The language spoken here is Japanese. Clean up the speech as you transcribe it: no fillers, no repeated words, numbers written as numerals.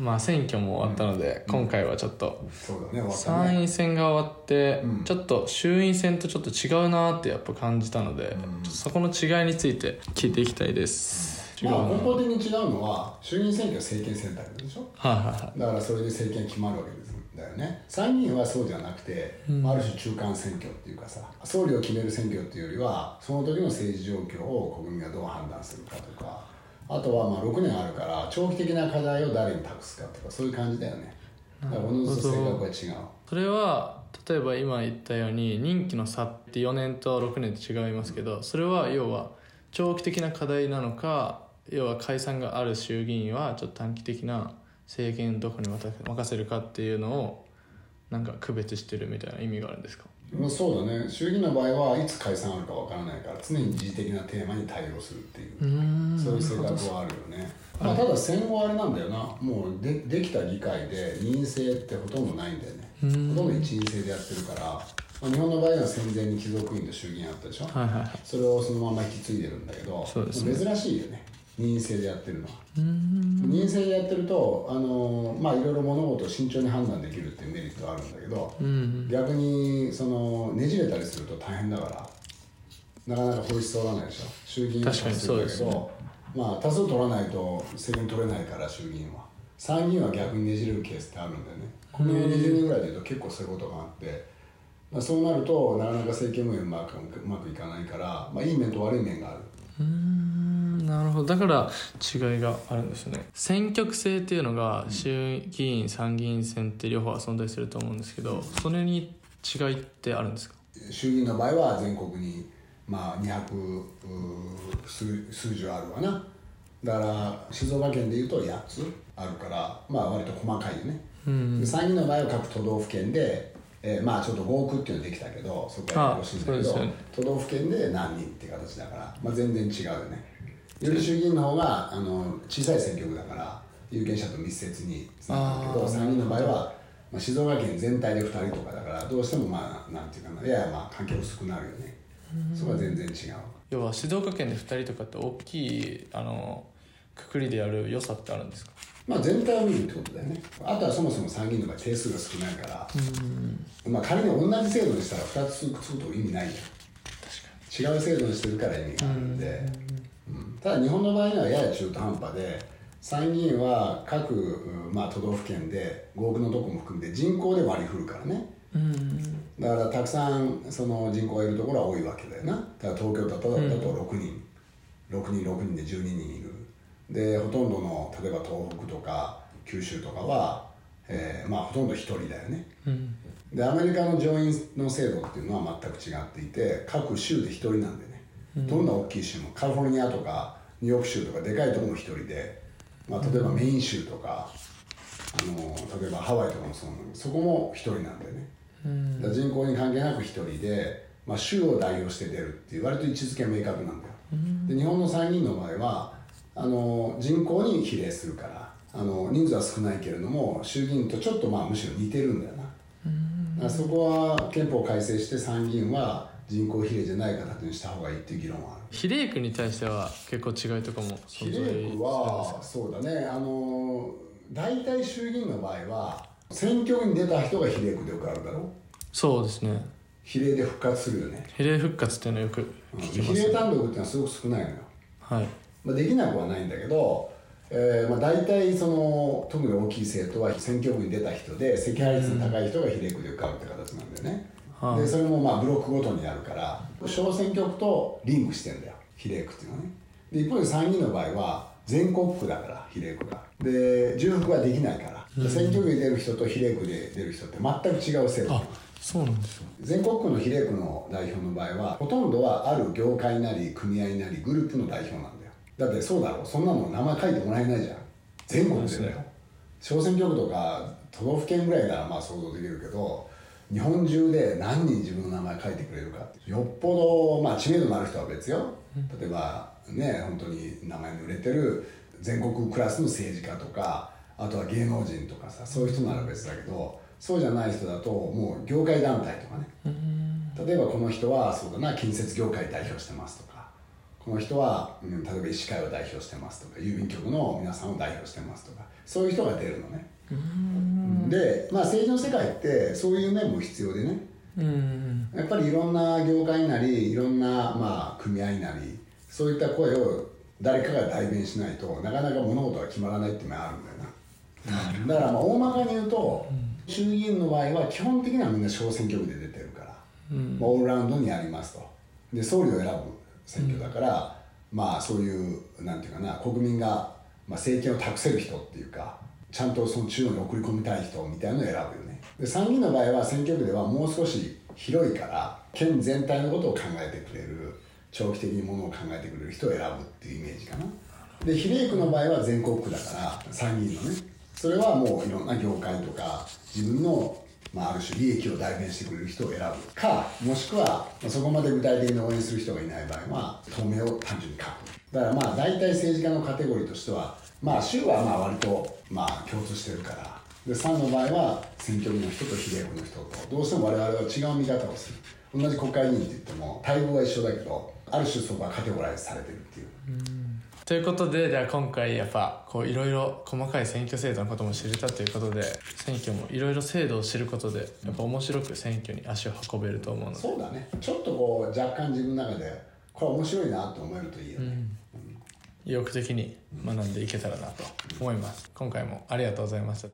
まあ選挙も終わったので、今回はちょっとそうだね、 参院選が終わって、ちょっと衆院選とちょっと違うなってやっぱ感じたので、ちょっとそこの違いについて聞いていきたいです。 根本的に違うのは衆議院選挙は政権選択でしょ、だからそれで政権決まるわけですだよね。参議院はそうじゃなくて、ある種中間選挙っていうかさ、総理を決める選挙っていうよりはその時の政治状況を国民がどう判断するかとか、あとはまあ6年あるから長期的な課題を誰に託すかとか、そういう感じだよね。だからおのずと性格は違う。 それは例えば今言ったように任期の差って4年と6年と違いますけど、それは要は長期的な課題なのか、要は解散がある衆議院はちょっと短期的な政権どこに任せるかっていうのをなんか区別してるみたいな意味があるんですか？ そうだね。衆議院の場合はいつ解散あるかわからないから常に時事的なテーマに対応するっていう、そういう性格はあるよね。まあ、ただ戦後あれなんだよな、もう できた議会で二院制ってほとんどないんだよね。ほとんど一院制でやってるから、まあ、日本の場合は戦前に貴族院と衆議院あったでしょ、それをそのまま引き継いでるんだけど、そうですね、珍しいよね、二院制でやってるのは。二院制でやってるとまあいろいろ物事を慎重に判断できるっていうメリットはあるんだけど、逆にそのねじれたりすると大変だからなかなか法律通らないでしょ。衆議院は多数だけど、まあ多数取らないと政権取れないから、衆議院は。参議院は逆にねじれるケースってあるんだよね。この20年ぐらいでいうと結構そういうことがあって、まあ、そうなるとなかなか政権運営うまくいかないから、まあ、いい面と悪い面がある。 なるほど。だから違いがあるんですよね。選挙区制っていうのが衆議院、参議院選って両方は存在すると思うんですけど、それに違いってあるんですか？ 衆議院の場合は全国にまあ200数十あるわな。だから静岡県でいうと8つあるから、まあ割と細かいよね。で参議院の場合は各都道府県で、まあちょっと合区っていうのできたけど、そこはよろしいんだけど、都道府県で何人っていう形だから、まあ、全然違うよね。より衆議院の方が小さい選挙区だから有権者と密接につながるけど、参議院の場合は、まあ、静岡県全体で2人とかだからどうしてもまあなんていうかな、ややまあ関係薄くなるよね。そこは全然違う。 要は静岡県で2人とかって大きいくくりでやる良さってあるんですか？ まあ全体を見るってことだよね。あとはそもそも参議院の場合定数が少ないから、まあ仮に同じ制度にしたら2つくっつくと意味ないよ。確かに違う制度にしてるから意味があるんで、ただ日本の場合にはやや中途半端で、参議院は各、まあ、都道府県で合区のとこも含めて人口で割り振るからね。だからたくさんその人口がいるところは多いわけだよな。だから東京都だと6人で12人いる。でほとんどの例えば東北とか九州とかは、まあほとんど1人だよね。でアメリカの上院の制度っていうのは全く違っていて、各州で1人なんでね、どんな大きい州もカリフォルニアとかニューヨーク州とかでかいところも1人で、まあ、例えばメイン州とか例えばハワイとかもそうなのに、そこも1人なんだよね。だから人口に関係なく1人で、まあ、州を代表して出るっていう割と位置づけ明確なんだよ。で日本の参議院の場合は人口に比例するから人数は少ないけれども衆議院とちょっとまあむしろ似てるんだよな。だからそこは憲法改正して参議院は人口比例じゃない形にした方がいいっていう議論はある。 比例区に対しては結構違いとかも比例区はそうだね、大体衆議院の場合は選挙区に出た人が比例区でよくあるだろう。 そうですね。 比例で復活するよね。 比例復活っていうのはよく聞きます、 比例単独っていうのはすごく少ないのよ。 はい。 まあ、できなくはないんだけど、まあ、大体その特に大きい政党は選挙区に出た人で惜敗率の高い人が比例区で受かるって形なんだよね。でそれもまあブロックごとにやるから小選挙区とリンクしてんだよ、比例区っていうのはね。で一方で参議院の場合は全国区だから比例区がで重複はできないから、選挙区に出る人と比例区で出る人って全く違う制度。 そうなんですよ。 全国区の比例区の代表の場合はほとんどはある業界なり組合なりグループの代表なんだよ。だってそうだろう、そんなの名前書いてもらえないじゃん、全国でだよ。小選挙区とか都道府県ぐらいならまあ想像できるけど、日本中で何人自分の名前書いてくれるかって、よっぽどまあ知名度のある人は別よ。例えばね、本当に名前の売れてる全国クラスの政治家とか、あとは芸能人とかさ、そういう人なら別だけど、そうじゃない人だともう業界団体とかね、例えばこの人はそうだな、建設業界代表してますとか、 この人は、例えば医師会を代表してますとか郵便局の皆さんを代表してますとかそういう人が出るのね。で、政治の世界ってそういう面も必要でね、やっぱりいろんな業界なりいろんな、組合なりそういった声を誰かが代弁しないとなかなか物事が決まらないっていうのがあるんだよな。だから大まかに言うと、衆議院の場合は基本的にはみんな小選挙区で出てるから、オールラウンドにやりますと。で総理を選ぶ選挙だから、そういうなんていうかな、国民が、政権を託せる人っていうかちゃんとその中央に送り込みたい人みたいなのを選ぶよね。で参議院の場合は選挙区ではもう少し広いから県全体のことを考えてくれる、長期的にものを考えてくれる人を選ぶっていうイメージかな。で比例区の場合は全国区だから参議院のね、それはもういろんな業界とか自分の、ある種利益を代弁してくれる人を選ぶか、もしくはそこまで具体的に応援する人がいない場合は党名を単純に書く。だから大体政治家のカテゴリーとしては州は割と共通してるから、で3の場合は選挙区の人と比例区の人とどうしても我々は違う見方をする。同じ国会議員って言っても待遇は一緒だけどある種そこはカテゴライズされてるっていう。 ということで、今回やっぱいろいろ細かい選挙制度のことも知れたということで、選挙もいろいろ制度を知ることでやっぱ面白く選挙に足を運べると思うので、 そうだね、ちょっと若干自分の中でこれ面白いなと思えるといいよね。 意欲的に学んでいけたらなと思います。今回もありがとうございました。